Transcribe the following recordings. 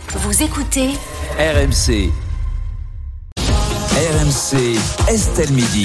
Vous écoutez RMC. RMC, Estelle Midi.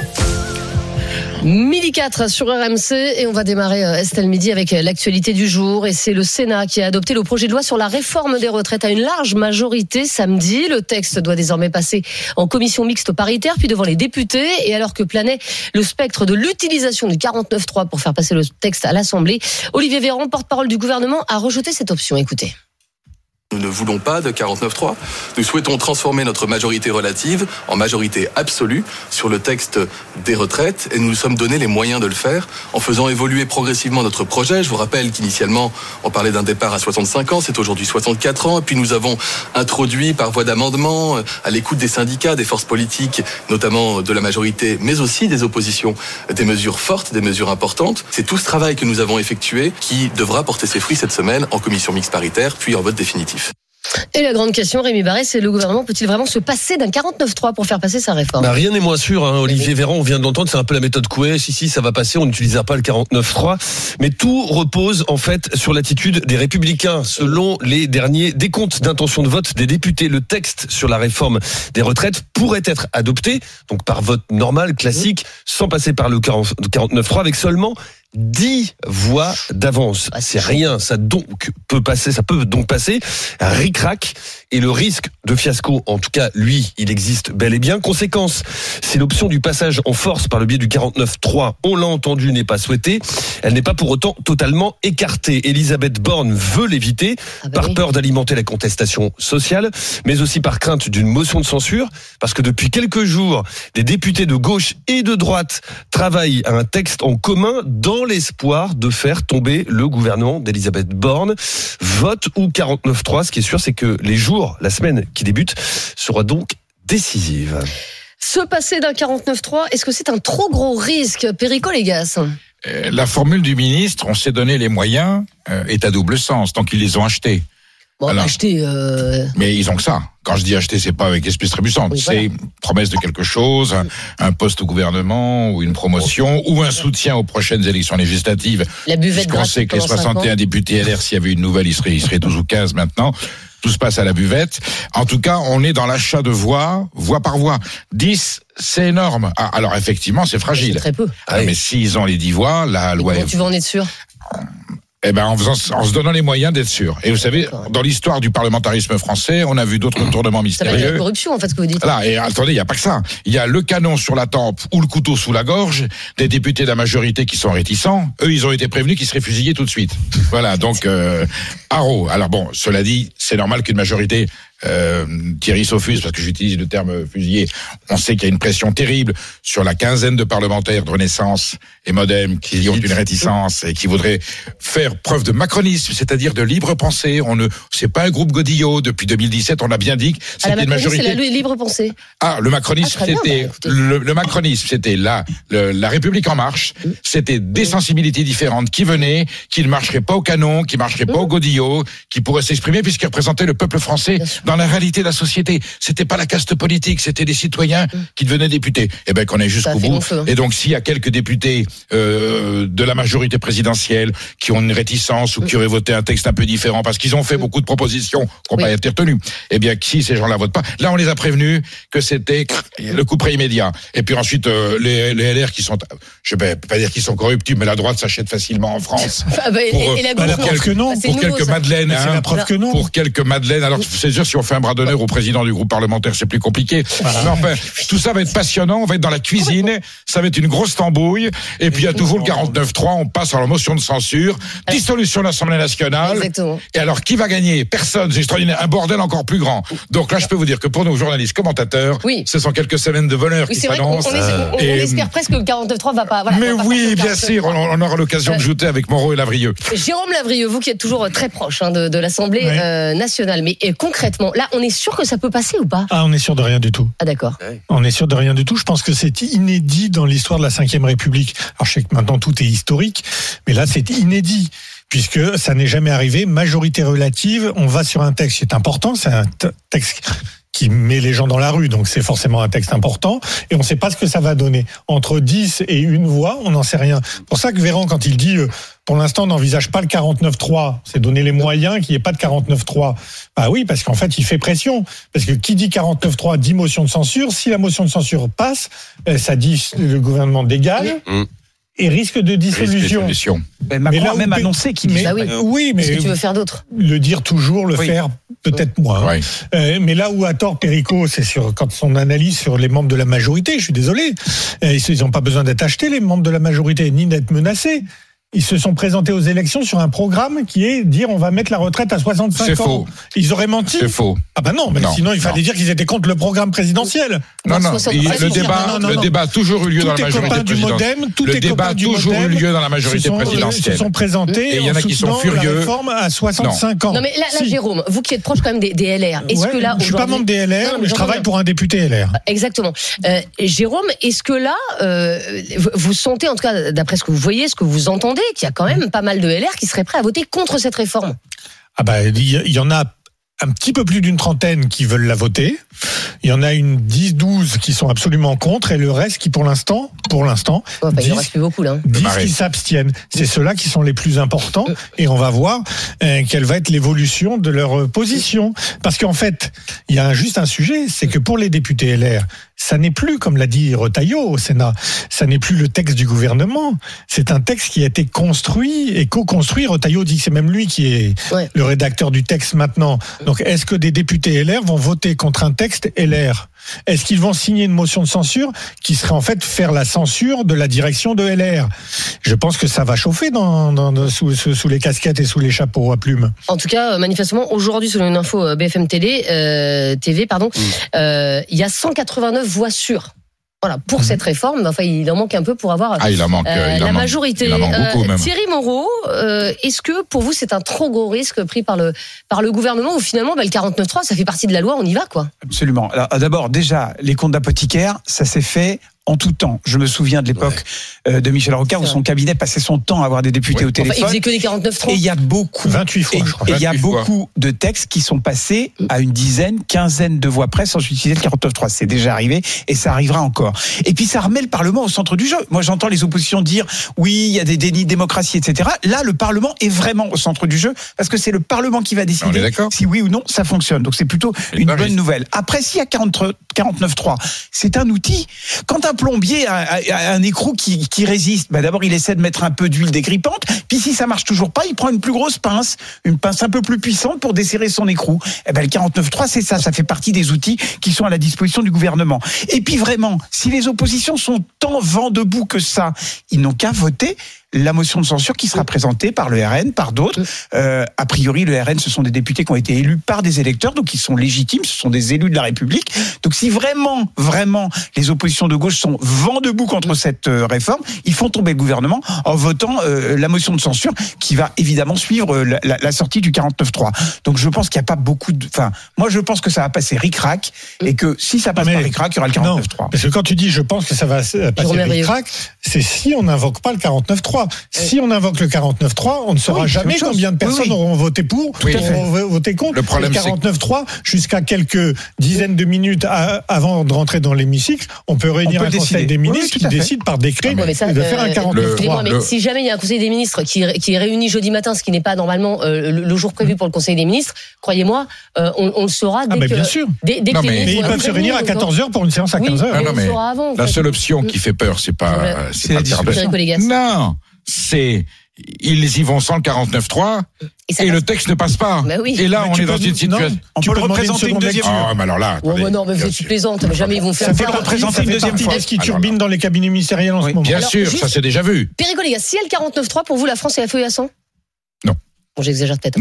Midi 4 sur RMC et on va démarrer Estelle Midi avec l'actualité du jour et c'est le Sénat qui a adopté le projet de loi sur la réforme des retraites à une large majorité samedi. Le texte doit désormais passer en commission mixte paritaire puis devant les députés et alors que planait le spectre de l'utilisation du 49.3 pour faire passer le texte à l'Assemblée, Olivier Véran, porte-parole du gouvernement, a rejeté cette option. Écoutez. Nous ne voulons pas de 49.3. Nous souhaitons transformer notre majorité relative en majorité absolue sur le texte des retraites et nous nous sommes donné les moyens de le faire en faisant évoluer progressivement notre projet. Je vous rappelle qu'initialement, on parlait d'un départ à 65 ans, c'est aujourd'hui 64 ans. Et puis nous avons introduit par voie d'amendement, à l'écoute des syndicats, des forces politiques, notamment de la majorité, mais aussi des oppositions, des mesures fortes, des mesures importantes. C'est tout ce travail que nous avons effectué qui devra porter ses fruits cette semaine en commission mixte paritaire, puis en vote définitif. Et la grande question, Rémi Barré, c'est le gouvernement peut-il vraiment se passer d'un 49.3 pour faire passer sa réforme ? Rien n'est moins sûr, Olivier Véran, on vient de l'entendre, c'est un peu la méthode Coué, si ça va passer, on n'utilisera pas le 49.3, mais tout repose en fait sur l'attitude des Républicains. Selon les derniers décomptes d'intention de vote des députés, le texte sur la réforme des retraites pourrait être adopté, donc par vote normal, classique, sans passer par le 49.3, avec seulement 10 voix d'avance. C'est rien, ça peut donc passer ric-rac et le risque de fiasco, en tout cas, lui, il existe bel et bien. Conséquence, si l'option du passage en force par le biais du 49.3, on l'a entendu, n'est pas souhaitée, elle n'est pas pour autant totalement écartée. Elisabeth Borne veut l'éviter par peur d'alimenter la contestation sociale, mais aussi par crainte d'une motion de censure, parce que depuis quelques jours, des députés de gauche et de droite travaillent à un texte en commun dans l'espoir de faire tomber le gouvernement d'Elisabeth Borne. Vote ou 49.3, ce qui est sûr, c'est que la semaine qui débute, sera donc décisive. Se passer d'un 49.3, est-ce que c'est un trop gros risque, Perico Légas ? La formule du ministre, on s'est donné les moyens, est à double sens, tant qu'ils les ont achetés. Bon, acheter. Mais ils ont que ça. Quand je dis acheter, c'est pas avec espèce trébuchante. Oui, c'est promesse de quelque chose, un poste au gouvernement, ou une promotion, ou un soutien aux prochaines élections législatives. La buvette gratuite. On sait que les 61 députés LR, s'il y avait une nouvelle, ils seraient 12 ou 15 maintenant. Tout se passe à la buvette. En tout cas, on est dans l'achat de voix par voix. 10, c'est énorme. Ah, alors effectivement, c'est fragile. C'est très peu. Mais s'ils ont les 10 voix, la loi... Comment tu vas en être sûr ? En se donnant les moyens d'être sûr. Et vous savez, dans l'histoire du parlementarisme français, on a vu d'autres tournements mystérieux. Ça va être la corruption, en fait, ce que vous dites. Là, et attendez, il n'y a pas que ça. Il y a le canon sur la tempe ou le couteau sous la gorge des députés de la majorité qui sont réticents. Eux, ils ont été prévenus qu'ils seraient fusillés tout de suite. Voilà, donc, haro. Alors bon, cela dit, c'est normal qu'une majorité... Thierry Saufus, parce que j'utilise le terme fusillé, on sait qu'il y a une pression terrible sur la quinzaine de parlementaires de Renaissance et Modem qui ont une réticence et qui voudraient faire preuve de macronisme, c'est-à-dire de libre pensée. C'est pas un groupe Godillot. Depuis 2017, on a bien dit que c'était une majorité. C'est la libre pensée. Le macronisme, c'était le macronisme, c'était la République en marche. C'était des sensibilités différentes qui venaient, qui ne marcheraient pas au canon, qui marcheraient pas au Godillot, qui pourraient s'exprimer puisqu'ils représentaient le peuple français. Dans la réalité de la société, c'était pas la caste politique, c'était des citoyens qui devenaient députés. Et ben qu'on est jusqu'au bout. Et donc s'il y a quelques députés de la majorité présidentielle qui ont une réticence ou qui auraient voté un texte un peu différent parce qu'ils ont fait beaucoup de propositions qui n'ont pas été retenues, eh bien si ces gens-là votent pas, là on les a prévenus que c'était le coup près immédiat. Et puis ensuite les LR qui sont, je vais pas dire qu'ils sont corruptibles, mais la droite s'achète facilement en France. Pour quelques madeleines, c'est la preuve que non. Pour quelques madeleines. Alors c'est sûr, si on fait un bras d'honneur au président du groupe parlementaire, c'est plus compliqué. Mais enfin, tout ça va être passionnant. On va être dans la cuisine. Ça va être une grosse tambouille. Et puis, à nouveau, le 49.3, on passe à la motion de censure. Dissolution de l'Assemblée nationale. Exactement. Et alors, qui va gagner ? Personne. C'est extraordinaire. Un bordel encore plus grand. Donc là, je peux vous dire que pour nos journalistes, commentateurs, ce sont quelques semaines de bonheur qui s'annoncent. On espère presque que le 49.3 va pas. Voilà, mais oui, bien sûr. On aura l'occasion de jouer avec Moreau et Lavrieux. Jérôme Lavrieux, vous qui êtes toujours très proche de l'Assemblée nationale. Mais concrètement, là, on est sûr que ça peut passer ou pas ? On est sûr de rien du tout. Ah d'accord. On est sûr de rien du tout. Je pense que c'est inédit dans l'histoire de la Ve République. Alors je sais que maintenant tout est historique, mais là c'est inédit. Puisque ça n'est jamais arrivé. Majorité relative, on va sur un texte qui est important, c'est un texte qui met les gens dans la rue, donc c'est forcément un texte important, et on ne sait pas ce que ça va donner. Entre 10 et une voix, on n'en sait rien. C'est pour ça que Véran, quand il dit pour l'instant, on n'envisage pas le 49.3. C'est donner les moyens qu'il n'y ait pas de 49.3. Bah oui, parce qu'en fait, il fait pression. Parce que qui dit 49.3 dit motion de censure. Si la motion de censure passe, ça dit le gouvernement dégage. Et risque de dissolution. Macron a même annoncé qu'il dit ça. Oui, mais qu'est-ce que tu veux faire d'autre ? Le dire toujours, le faire peut-être moins. Oui. Mais là où a tort Perico, c'est quand son analyse sur les membres de la majorité. Je suis désolé, ils n'ont pas besoin d'être achetés les membres de la majorité, ni d'être menacés. Ils se sont présentés aux élections sur un programme qui est dire on va mettre la retraite à 65 C'est ans. Faux. Ils auraient menti. C'est faux. Ah ben non, mais sinon il fallait dire qu'ils étaient contre le programme présidentiel. Non. Le débat a toujours eu lieu dans la majorité présidentielle. Le débat a toujours eu lieu dans la majorité présidentielle. Ils se sont présentés. Et il y en a qui sont furieux. La réforme à 65 ans. Non mais là, Jérôme, vous qui êtes proche quand même des LR, est-ce que là je suis pas membre des LR, mais je travaille pour un député LR. Exactement. Jérôme, est-ce que là, vous sentez, en tout cas, d'après ce que vous voyez, ce que vous entendez, qu'il y a quand même pas mal de LR qui seraient prêts à voter contre cette réforme ? Ah bah, il y en a un petit peu plus d'une trentaine qui veulent la voter. Il y en a une 10-12 qui sont absolument contre et le reste qui, pour l'instant, il en reste plus beaucoup, là. 10 qui s'abstiennent. C'est ceux-là qui sont les plus importants et on va voir quelle va être l'évolution de leur position. Parce qu'en fait, il y a juste un sujet, c'est que pour les députés LR, ça n'est plus, comme l'a dit Retailleau au Sénat, ça n'est plus le texte du gouvernement. C'est un texte qui a été construit et co-construit. Retailleau dit que c'est même lui qui est le rédacteur du texte maintenant. Donc, est-ce que des députés LR vont voter contre un texte LR ? Est-ce qu'ils vont signer une motion de censure qui serait en fait faire la censure de la direction de LR ? Je pense que ça va chauffer sous les casquettes et sous les chapeaux à plumes. En tout cas, manifestement, aujourd'hui, selon une info BFM TV, il y a 189 voix sûres. Voilà, pour cette réforme, enfin, il en manque un peu pour avoir la majorité. Il en manque beaucoup, même. Thierry Moreau, est-ce que pour vous c'est un trop gros risque pris par le gouvernement ou finalement le 49.3 ça fait partie de la loi, on y va quoi ? Absolument. Alors, d'abord, déjà, les comptes d'apothicaire, ça s'est fait en tout temps. Je me souviens de l'époque de Michel Rocard où son cabinet passait son temps à avoir des députés au téléphone. Enfin, il faisait que des 49.3. Et il y a beaucoup, 28 fois, je crois. Et il y a beaucoup de textes qui sont passés à une quinzaine de voix près sans utiliser le 49.3. C'est déjà arrivé et ça arrivera encore. Et puis ça remet le Parlement au centre du jeu. Moi, j'entends les oppositions dire oui, il y a des dénis de démocratie, etc. Là, le Parlement est vraiment au centre du jeu parce que c'est le Parlement qui va décider si oui ou non ça fonctionne. Donc c'est plutôt une bonne nouvelle. Après, s'il y a 49.3, c'est un outil. Quand un plombier a un écrou qui résiste, d'abord il essaie de mettre un peu d'huile dégrippante, puis si ça marche toujours pas, il prend une plus grosse pince, une pince un peu plus puissante pour desserrer son écrou. Le 49.3 c'est ça fait partie des outils qui sont à la disposition du gouvernement. Et puis vraiment, si les oppositions sont tant vent debout que ça, ils n'ont qu'à voter la motion de censure qui sera présentée par le RN, par d'autres. A priori, le RN, ce sont des députés qui ont été élus par des électeurs, donc ils sont légitimes, ce sont des élus de la République. Donc si vraiment, les oppositions de gauche sont vent debout contre cette réforme, ils font tomber le gouvernement en votant la motion de censure qui va évidemment suivre la sortie du 49.3. Donc je pense qu'il n'y a pas beaucoup de... Enfin, moi je pense que ça va passer ric-rac et que si ça passe par ric-rac, il y aura le 49.3. Parce que quand tu dis je pense que ça va passer ric-rac, c'est si on n'invoque pas le 49.3. Si on invoque le 49.3, on ne saura jamais combien de personnes auront voté pour, auront voté contre. Le problème, le 49.3, jusqu'à quelques dizaines de minutes avant de rentrer dans l'hémicycle, on peut réunir un conseil des ministres qui décide par décret de faire un 49.3. Mais si jamais il y a un conseil des ministres qui est réuni jeudi matin, ce qui n'est pas normalement le jour prévu pour le conseil des ministres, croyez-moi, on le saura dès que... bien sûr. Mais ils peuvent se réunir à 14h pour une séance à 15h. Non, mais la seule option qui fait peur, c'est pas la discussion. Non, c'est ils y vont sans le 49.3 et le texte ne passe pas. Et là, on est dans une situation. On peut le représenter une deuxième fois. Ah, mais alors là. Non, mais vous plaisantez, jamais ils vont faire ça. Ça fait représenter une deuxième fois. Est-ce qui turbine dans les cabinets ministériels en ce moment? Bien sûr, ça c'est déjà vu. Perico, les gars, si il y a le 49.3, pour vous, la France est à feu et à sang? Non. Bon, j'exagère peut-être.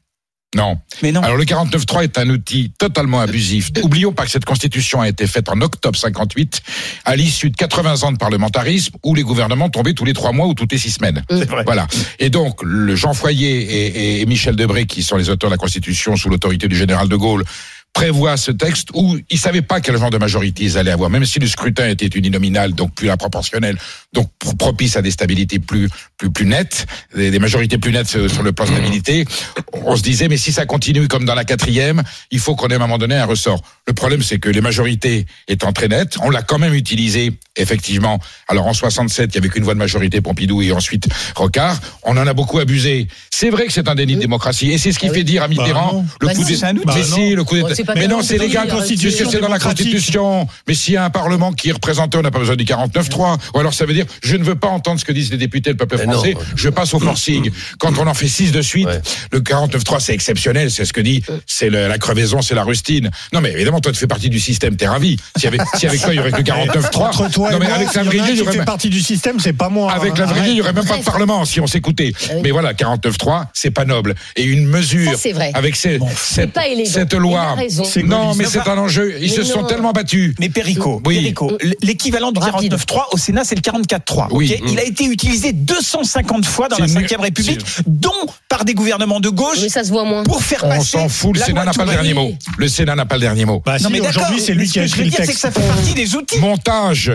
Non. Mais non. Alors le 49.3 est un outil totalement abusif. Oublions pas que cette constitution a été faite en octobre 58, à l'issue de 80 ans de parlementarisme, où les gouvernements tombaient tous les 3 mois ou toutes les 6 semaines. Voilà. Et donc, le Jean Foyer et Michel Debré, qui sont les auteurs de la constitution sous l'autorité du général de Gaulle, prévoit ce texte où ils savaient pas quel genre de majorité ils allaient avoir, même si le scrutin était uninominal, donc plus proportionnel, donc propice à des stabilités plus nettes, des majorités plus nettes sur le plan stabilité. On se disait, mais si ça continue comme dans la 4e, il faut qu'on ait à un moment donné un ressort. Le problème, c'est que les majorités étant très nettes, on l'a quand même utilisé, effectivement. Alors en 67, il y avait qu'une voix de majorité, Pompidou, et ensuite Rocard. On en a beaucoup abusé. C'est vrai que c'est un déni de démocratie, et c'est ce qui fait dire à Mitterrand le coup d'État. Le coup d'État. Mais non, c'est légal, puisque c'est dans la Constitution. Mais s'il y a un Parlement qui est représenté, on n'a pas besoin du 49-3. Ou alors ça veut dire, je ne veux pas entendre ce que disent les députés, le peuple français, je passe au forcing. Quand on en fait 6 de suite, le 49-3, c'est exceptionnel, c'est ce que dit, c'est la crevaison, c'est la rustine. Non, mais évidemment, toi, tu fais partie du système, t'es ravi. Si avec toi, il y aurait que le 49-3. Entre toi non, mais et moi, avec Lavrier, il y aurait partie du système, c'est pas moi. Avec Lavrier, il y aurait même pas de Parlement, si on s'écoutait. Mais voilà, 49-3, c'est pas noble. Et une mesure, avec cette loi. Non, mais c'est un enjeu. Ils se sont tellement battus. Mais Perico, l'équivalent du 49.3 au Sénat, c'est le 44.3. Oui. Okay, il a été utilisé 250 fois dans la 5e République, dont par des gouvernements de gauche. Mais ça se voit moins. Pour faire passer. On s'en fout. Le Sénat n'a pas le dernier mot. Le Sénat n'a pas le dernier mot. Bah, non, mais aujourd'hui, c'est lui qui a écrit le texte. C'est que ça fait partie des outils. Montage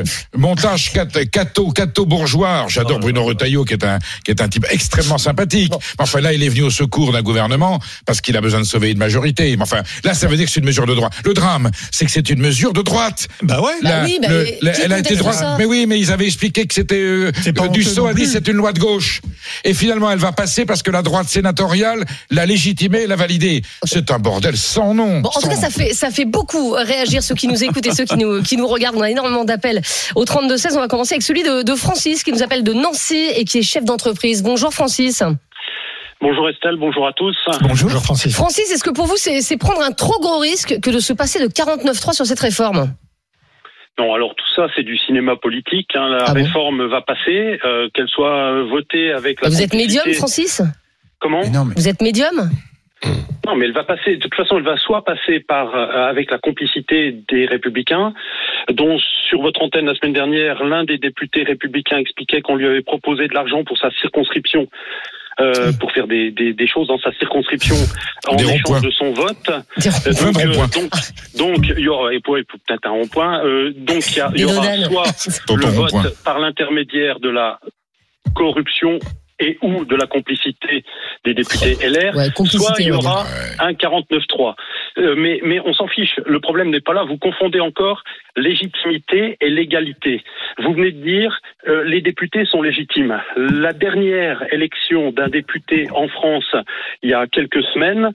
Cato bourgeois. J'adore Bruno Retailleau, qui est un type extrêmement sympathique. Mais enfin, là, il est venu au secours d'un gouvernement parce qu'il a besoin de sauver une majorité. Mais enfin, là, ça veut dire que c'est une mesure de droite. Le drame, c'est que c'est une mesure de droite. Bah ouais. Elle a été droite. Mais oui, mais ils avaient expliqué que c'était Dussault a dit c'est une loi de gauche. Et finalement, elle va passer parce que la droite sénatoriale l'a légitimée et l'a validée. C'est un bordel sans nom. Bon, en tout cas, ça fait beaucoup réagir ceux qui nous écoutent et ceux qui nous regardent. On a énormément d'appels au 32-16. On va commencer avec celui de Francis qui nous appelle de Nancy et qui est chef d'entreprise. Bonjour Francis. Bonjour Estelle, bonjour à tous. Bonjour Francis. Francis, est-ce que pour vous c'est prendre un trop gros risque que de se passer de 49.3 sur cette réforme ? Non, alors tout ça c'est du cinéma politique. La réforme va passer, qu'elle soit votée avec la. Vous êtes médium, Francis ? Comment ? Vous êtes médium ? Non, mais elle va passer. De toute façon, elle va soit passer avec la complicité des Républicains, dont sur votre antenne la semaine dernière, l'un des députés républicains expliquait qu'on lui avait proposé de l'argent pour sa circonscription. Pour faire des choses dans sa circonscription en échange de son vote. Donc il y aura peut-être un rond-point. Donc il y aura soit le vote par l'intermédiaire de la corruption et ou de la complicité des députés LR, soit il y aura un 49-3. Mais on s'en fiche. Le problème n'est pas là. Vous confondez encore légitimité et légalité. Vous venez de dire les députés sont légitimes. La dernière élection d'un député en France, il y a quelques semaines,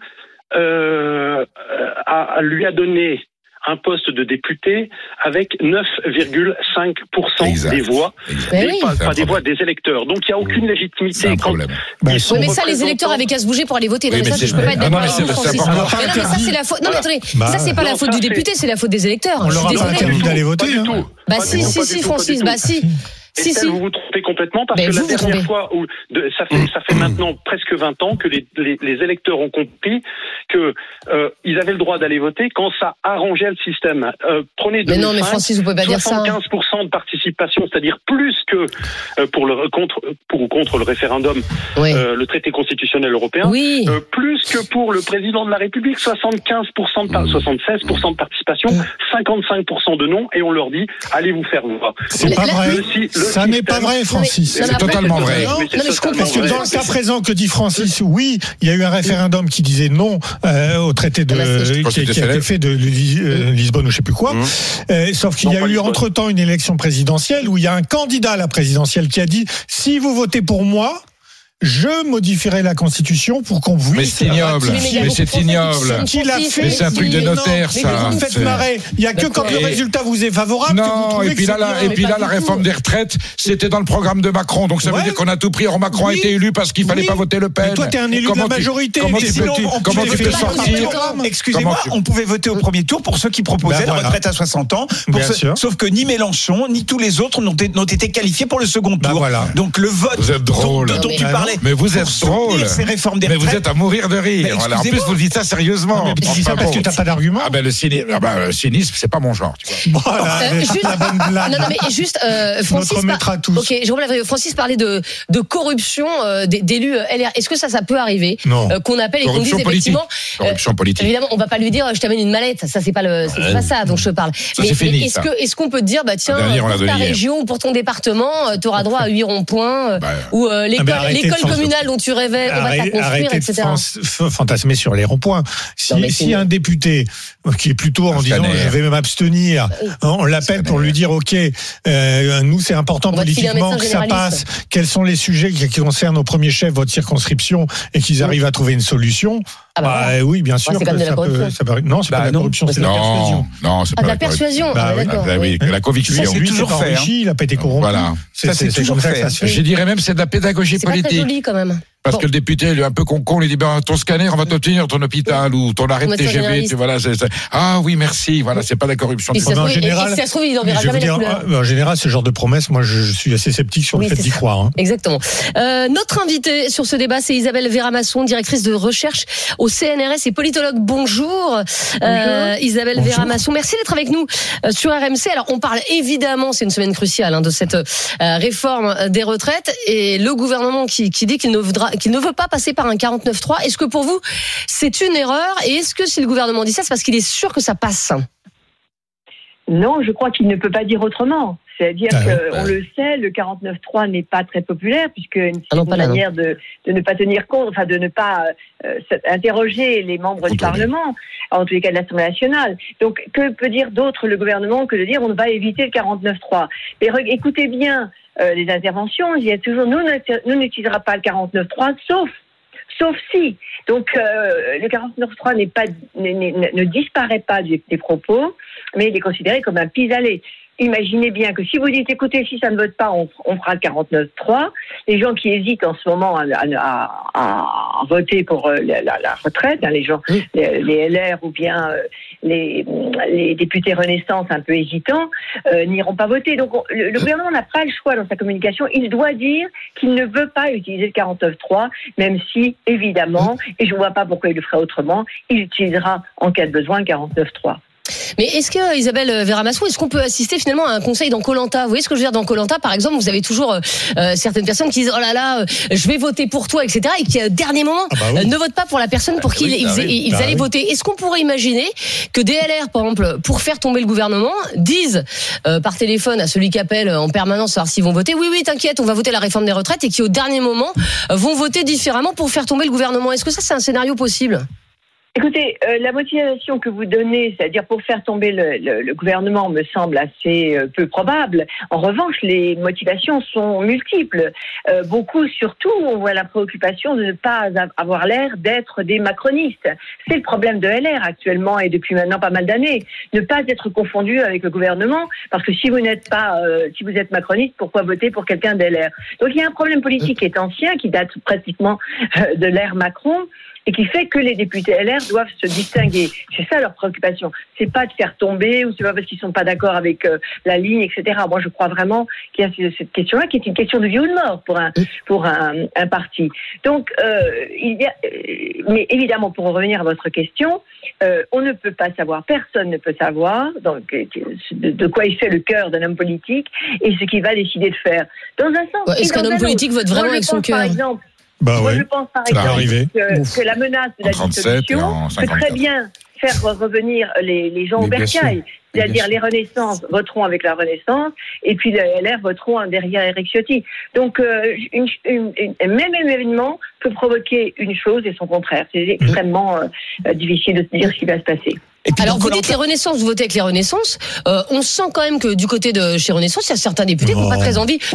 lui a donné un poste de député avec 9,5% des voix, pas des voix des électeurs. Donc il n'y a aucune légitimité. C'est un problème. Mais ça, les électeurs avaient qu'à se bouger pour aller voter. Non, mais ça, je peux pas être d'accord avec Francis. Non, mais ça, c'est la faute. Non, mais attendez, ça, c'est pas la faute du député, c'est la faute des électeurs. On leur a pas interdit d'aller voter. Bah si, Francis, bah si. Estelle, vous vous trompez complètement parce que la dernière fois ça fait maintenant presque 20 ans que les électeurs ont compris que ils avaient le droit d'aller voter quand ça arrangeait le système. Prenez 2005, mais non, mais Francis, vous pouvez pas dire ça. 75% de participation, c'est-à-dire plus que pour ou contre le référendum, le traité constitutionnel européen, plus que pour le président de la République, 76% de participation, 55% de non, et on leur dit allez vous faire voir. C'est pas vrai. Ça n'est pas vrai, Francis. C'est totalement vrai. Parce que dans le cas présent que dit Francis, oui, il y a eu un référendum qui disait non au traité qui a été fait de Lisbonne ou je sais plus quoi. Sauf qu'il y a eu entre-temps une élection présidentielle où il y a un candidat à la présidentielle qui a dit si vous votez pour moi, je modifierai la Constitution pour qu'on puisse. Mais c'est ignoble. Mais c'est ignoble. Qui l'a fait? Mais c'est un truc de notaire, ça. Vous faites marrer. Il n'y a que quand le résultat vous est favorable. Non, et puis là, la réforme des retraites, c'était dans le programme de Macron. Donc ça veut dire qu'on a tout pris. Or, Macron a été élu parce qu'il fallait pas voter Le Pen. Mais toi, t'es un élu de la majorité. Comment tu peux sortir? Excusez-moi, on pouvait voter au premier tour pour ceux qui proposaient la retraite à 60 ans. Sauf que ni Mélenchon, ni tous les autres n'ont été qualifiés pour le second tour. Donc le vote dont tu parles parlait. Mais vous êtes drôle. Ces réformes des mais retraites. vous êtes à mourir de rire. Voilà. En plus, vous dites ça sérieusement. Non, mais tu dis ça parce que t'as pas d'argument. Ah ben le cynisme, c'est pas mon genre. Tu vois. Voilà, juste, la bonne blague. non, mais juste, Francis, tous. Ok, Francis parlait de corruption d'élus LR. Est-ce que ça peut arriver qu'on appelle et qu'on dise effectivement corruption politique. Évidemment, on va pas lui dire je t'amène une mallette. Ça c'est pas ça dont je parle. Mais est-ce qu'on peut dire tiens pour ta région ou pour ton département, tu auras droit à 8 ronds-points ou l'école communale dont tu rêvais, on va te la construire, etc. Fantasmer sur les ronds-points. Si un député qui est plutôt en disant je vais m'abstenir, on l'appelle pour lui dire ok, nous c'est important politiquement que ça passe. Quels sont les sujets qui concernent au premier chef votre circonscription et qu'ils arrivent à trouver une solution? Oui, bien sûr. C'est comme de la corruption. Non, c'est pas de la corruption, c'est de la persuasion. Non, c'est pas de la persuasion. D'accord. Oui, la conviction. C'est toujours fait. Il n'a pas été corrompu. Voilà. C'est toujours ça que ça se fait. Je dirais même c'est de la pédagogie politique. C'est pas très joli quand même. Parce que le député, il est un peu con, il dit ton scanner, on va t'obtenir ton hôpital ou ton arrêt de TGV. Voilà, ah oui, merci. Voilà, c'est pas la corruption. En général, ça se trouve, il n'enverra jamais la couleur. En général, ce genre de promesses, moi, je suis assez sceptique sur le fait d'y croire. Exactement. Notre invitée sur ce débat, c'est Isabelle Véramasson, directrice de recherche au CNRS et politologue. Bonjour. Isabelle Véramasson, merci d'être avec nous sur RMC. Alors, on parle évidemment, c'est une semaine cruciale de cette réforme des retraites et le gouvernement qui dit qu'il ne veut pas passer par un 49.3. Est-ce que pour vous, c'est une erreur? Et est-ce que si le gouvernement dit ça, c'est parce qu'il est sûr que ça passe? Non, je crois qu'il ne peut pas dire autrement. C'est-à-dire qu'on le sait, le 49.3 n'est pas très populaire, puisque c'est une manière de ne pas tenir compte, enfin de ne pas interroger les membres du Parlement, en tous les cas de l'Assemblée nationale. Donc, que peut dire d'autre le gouvernement que de dire on va éviter le 49.3? Mais écoutez bien les interventions, il y a toujours nous n'utilisera pas le 49.3 sauf si. Donc le 49.3 ne disparaît pas des propos, mais il est considéré comme un pis-aller. Imaginez bien que si vous dites, écoutez, si ça ne vote pas, on fera 49.3. Les gens qui hésitent en ce moment à voter pour la retraite, les gens, les LR ou bien les députés Renaissance un peu hésitants, n'iront pas voter. Donc le gouvernement n'a pas le choix dans sa communication. Il doit dire qu'il ne veut pas utiliser le 49.3, même si, évidemment, et je ne vois pas pourquoi il le ferait autrement, il utilisera en cas de besoin le 49.3. Mais est-ce que, Isabelle Véramasson, est-ce qu'on peut assister finalement à un conseil dans Koh-Lanta? Vous voyez ce que je veux dire? Dans Koh-Lanta, par exemple, vous avez toujours certaines personnes qui disent oh là là, je vais voter pour toi, etc. et qui, dernier moment, ne votent pas pour la personne pour qui ils allaient voter. Est-ce qu'on pourrait imaginer que des LR, par exemple, pour faire tomber le gouvernement, disent par téléphone à celui qui appelle en permanence savoir s'ils vont voter, oui, t'inquiète, on va voter la réforme des retraites, et qui au dernier moment vont voter différemment pour faire tomber le gouvernement? Est-ce que ça, c'est un scénario possible? Écoutez, la motivation que vous donnez, c'est-à-dire pour faire tomber le gouvernement, me semble assez peu probable. En revanche, les motivations sont multiples. Beaucoup, surtout, on voit la préoccupation de ne pas avoir l'air d'être des macronistes. C'est le problème de LR actuellement et depuis maintenant pas mal d'années. Ne pas être confondu avec le gouvernement, parce que si vous n'êtes pas, si vous êtes macroniste, pourquoi voter pour quelqu'un d'LR? Donc il y a un problème politique qui est ancien, qui date pratiquement de l'ère Macron, et qui fait que les députés LR doivent se distinguer. C'est ça leur préoccupation. C'est pas de faire tomber, ou c'est pas parce qu'ils sont pas d'accord avec la ligne, etc. Moi, je crois vraiment qu'il y a cette question-là qui est une question de vie ou de mort pour un parti. Donc, mais évidemment, pour en revenir à votre question, on ne peut pas savoir, personne ne peut savoir donc de quoi il fait le cœur d'un homme politique et ce qu'il va décider de faire. Dans un sens, est-ce qu'un homme politique vote vraiment avec son cœur? Par exemple, je pense par exemple que la menace de la dissolution peut très bien faire revenir les gens au bercail. C'est-à-dire les Renaissances voteront avec la Renaissance et puis les LR voteront derrière Éric Ciotti. Donc un même événement peut provoquer une chose et son contraire. C'est extrêmement difficile de dire ce qui va se passer. Alors vous dites les Renaissances, vous votez avec les Renaissances. On sent quand même que du côté de chez Renaissance, il y a certains députés qui n'ont pas très envie,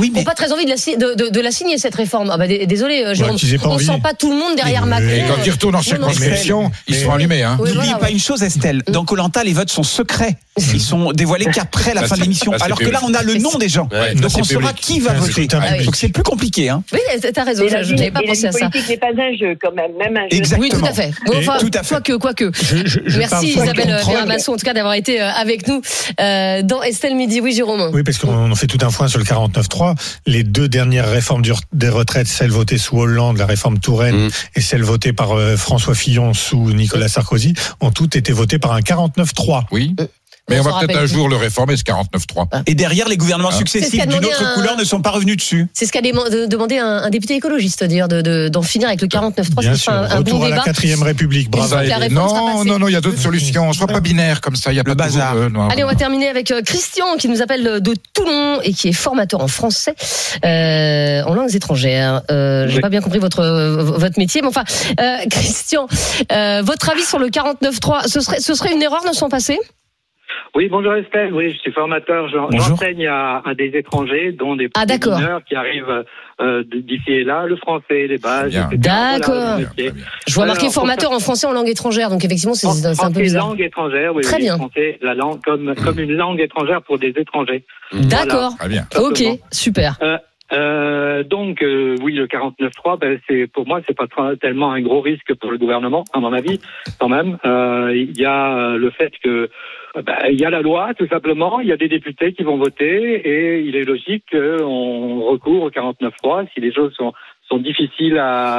de la signer cette réforme. Désolé, Jérôme, on ne sent pas tout le monde derrière Macron. Et quand ils retournent en circonscription, ils sont allumés. N'oubliez pas une chose, Estelle. Dans Koh-Lanta, les votes sont secrets. Ils sont dévoilés qu'après la fin de l'émission. Alors que là, on a le nom des gens. Donc on saura qui va voter. Donc c'est plus compliqué. Oui, t'as raison. Je n'avais pas pensé à ça. La politique n'est pas un jeu quand même, même un jeu. Exactement. Oui, tout à fait. Quoique. Merci Isabelle. Isabelle Péramasson, en tout cas, d'avoir été avec nous dans Estelle Midi. Oui, Jérôme. Oui, parce qu'on fait tout un point sur le 49.3. Les deux dernières réformes des retraites, celle votée sous Hollande, la réforme Touraine, et celle votée par François Fillon sous Nicolas Sarkozy, ont toutes été votées par un 49.3. Oui. Mais on va peut-être un jour le réformer, ce 49.3. Et derrière, les gouvernements successifs d'une autre couleur ne sont pas revenus dessus. C'est ce qu'a demandé un député écologiste, d'ailleurs, d'en finir avec le 49.3. Bien sûr, retour à la 4ème République. Bravo. Non, il y a d'autres solutions. Sois pas binaire comme ça, il y a pas de bazar. Allez, on va terminer avec Christian, qui nous appelle de Toulon et qui est formateur en français, en langues étrangères. J'ai pas bien compris votre métier, mais enfin, Christian, votre avis sur le 49.3, ce serait une erreur de s'en passer? Oui, bonjour Estelle. Oui, je suis formateur. J'enseigne à des étrangers, dont des mineurs qui arrivent d'ici et là, le français, les bases, etc. D'accord. Voilà, je vois marqué formateur en français en langue étrangère, donc effectivement, c'est un peu bizarre. Langue étrangère, oui. Très bien. Français, la langue comme une langue étrangère pour des étrangers. D'accord. Très bien. Ok, super. Donc, oui, le 49.3, pour moi, c'est pas tellement un gros risque pour le gouvernement, à mon avis, quand même. Il y a le fait que il y a la loi, tout simplement. Il y a des députés qui vont voter et il est logique qu'on recourt au 49.3 si les choses sont difficiles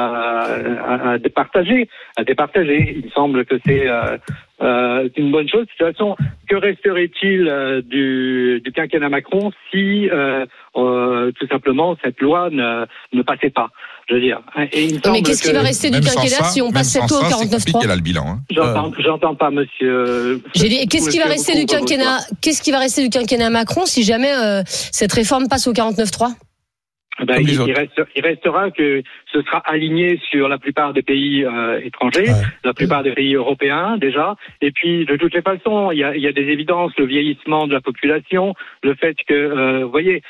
à départager. Il me semble que c'est une bonne chose. De toute façon, que resterait-il du quinquennat Macron si tout simplement cette loi ne passait pas? Je veux dire. Mais qu'est-ce qui va rester du quinquennat si on passe cette loi au 49.3? Là, le bilan. J'entends pas, monsieur. J'ai dit, qu'est-ce qui va rester du quinquennat? Qu'est-ce qui va rester du quinquennat Macron si jamais cette réforme passe au 49.3? Il restera que ce sera aligné sur la plupart des pays étrangers, la plupart des pays européens déjà. Et puis de toutes les façons, il y a des évidences, le vieillissement de la population, le fait que, vous voyez,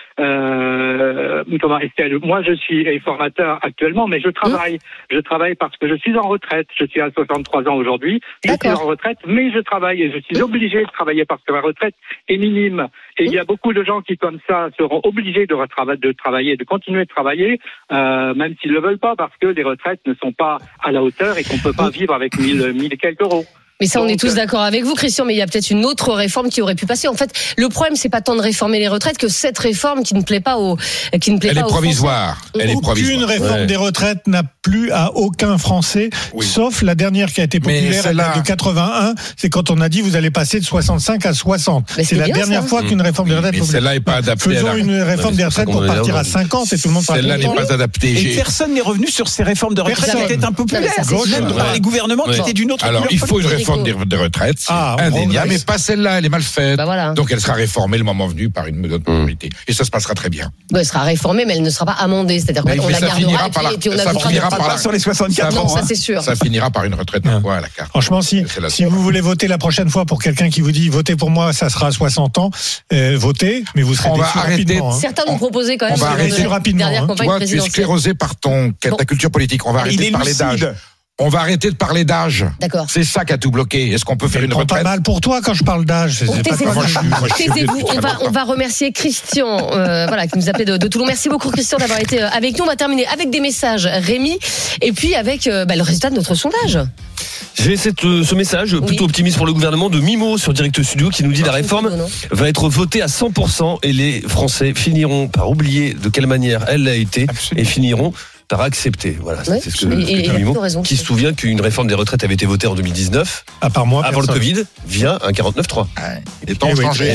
comment Estelle, moi je suis formateur actuellement, mais je travaille parce que je suis en retraite. Je suis à 63 ans aujourd'hui, je suis en retraite, mais je travaille et je suis obligé de travailler parce que ma retraite est minime. Et il y a beaucoup de gens qui, comme ça, seront obligés de travailler, de continuer de travailler, même s'ils ne le veulent pas, parce que les retraites ne sont pas à la hauteur et qu'on ne peut pas vivre avec 1000 et quelques euros. Mais ça, on est tous d'accord avec vous, Christian, mais il y a peut-être une autre réforme qui aurait pu passer. En fait, le problème, c'est pas tant de réformer les retraites que cette réforme qui ne plaît pas Elle est provisoire. Aucune réforme des retraites n'a plu à aucun Français, sauf la dernière qui a été populaire, elle date de 81. C'est quand on a dit vous allez passer de 65 à 60. C'est la dernière fois qu'une réforme des retraites. Mais celle-là n'est pas adaptée. Faisons une réforme des retraites pour partir à 50 et tout le monde. Celle-là n'est pas adaptée. Et personne n'est revenu sur ces réformes de retraite qui étaient impopulaires. Même par les gouvernements qui étaient d'une autre couleur. Alors, il faut une réforme des retraites, indéniable, mais pas celle-là, elle est mal faite. Donc elle sera réformée le moment venu par une autre majorité. Et ça se passera très bien. Elle sera réformée, mais elle ne sera pas amendée. C'est-à-dire qu'on la gardera et puis on finira par sur les 64 ans. Ça, c'est sûr. Ça finira par une retraite à la carte. Franchement, si vous voulez voter la prochaine fois pour quelqu'un qui vous dit votez pour moi, ça sera à 60 ans, votez, mais vous serez déçus rapidement. Certains nous proposaient quand même. On va arrêter rapidement. Tu vois, tu es sclérosé par ta culture politique. On va arrêter de parler d'âge. On va arrêter de parler d'âge. D'accord. C'est ça qui a tout bloqué. Est-ce qu'on peut faire une retraite? Pas mal pour toi quand je parle d'âge. Taisez-vous. On va remercier Christian, qui nous appelait de Toulon. Merci beaucoup, Christian, d'avoir été avec nous. On va terminer avec des messages, Rémi, et puis avec le résultat de notre sondage. J'ai ce message plutôt optimiste pour le gouvernement de Mimo sur Direct Studio qui nous dit la réforme va être votée à 100% et les Français finiront par oublier de quelle manière elle a été et finiront par accepter. Voilà, c'est ce que dit Mimo, qui se souvient qu'une réforme des retraites avait été votée en 2019. Avant le Covid, vient un 49.3. Les temps ont changé.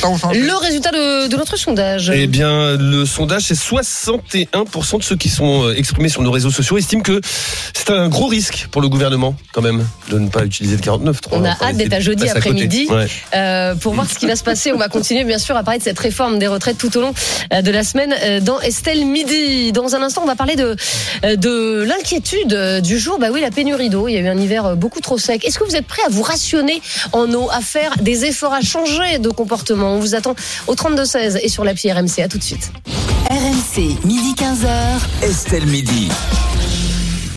Le résultat de notre sondage. Eh bien, le sondage, c'est 61% de ceux qui sont exprimés sur nos réseaux sociaux estiment que c'est un gros risque pour le gouvernement, quand même, de ne pas utiliser le 49.3. On a hâte d'être à jeudi après-midi pour voir ce qui va se passer. On va continuer, bien sûr, à parler de cette réforme des retraites tout au long de la semaine dans Estelle Midi. Dans un instant, on va parler de l'inquiétude du jour. Bah oui, la pénurie d'eau. Il y a eu un hiver beaucoup trop sec. Est-ce que vous êtes prêts à vous rationner en eau, à faire des efforts, à changer de comportement? On vous attend au 32-16 et sur l'appli RMC. À tout de suite. RMC, midi 15h. Estelle Midi.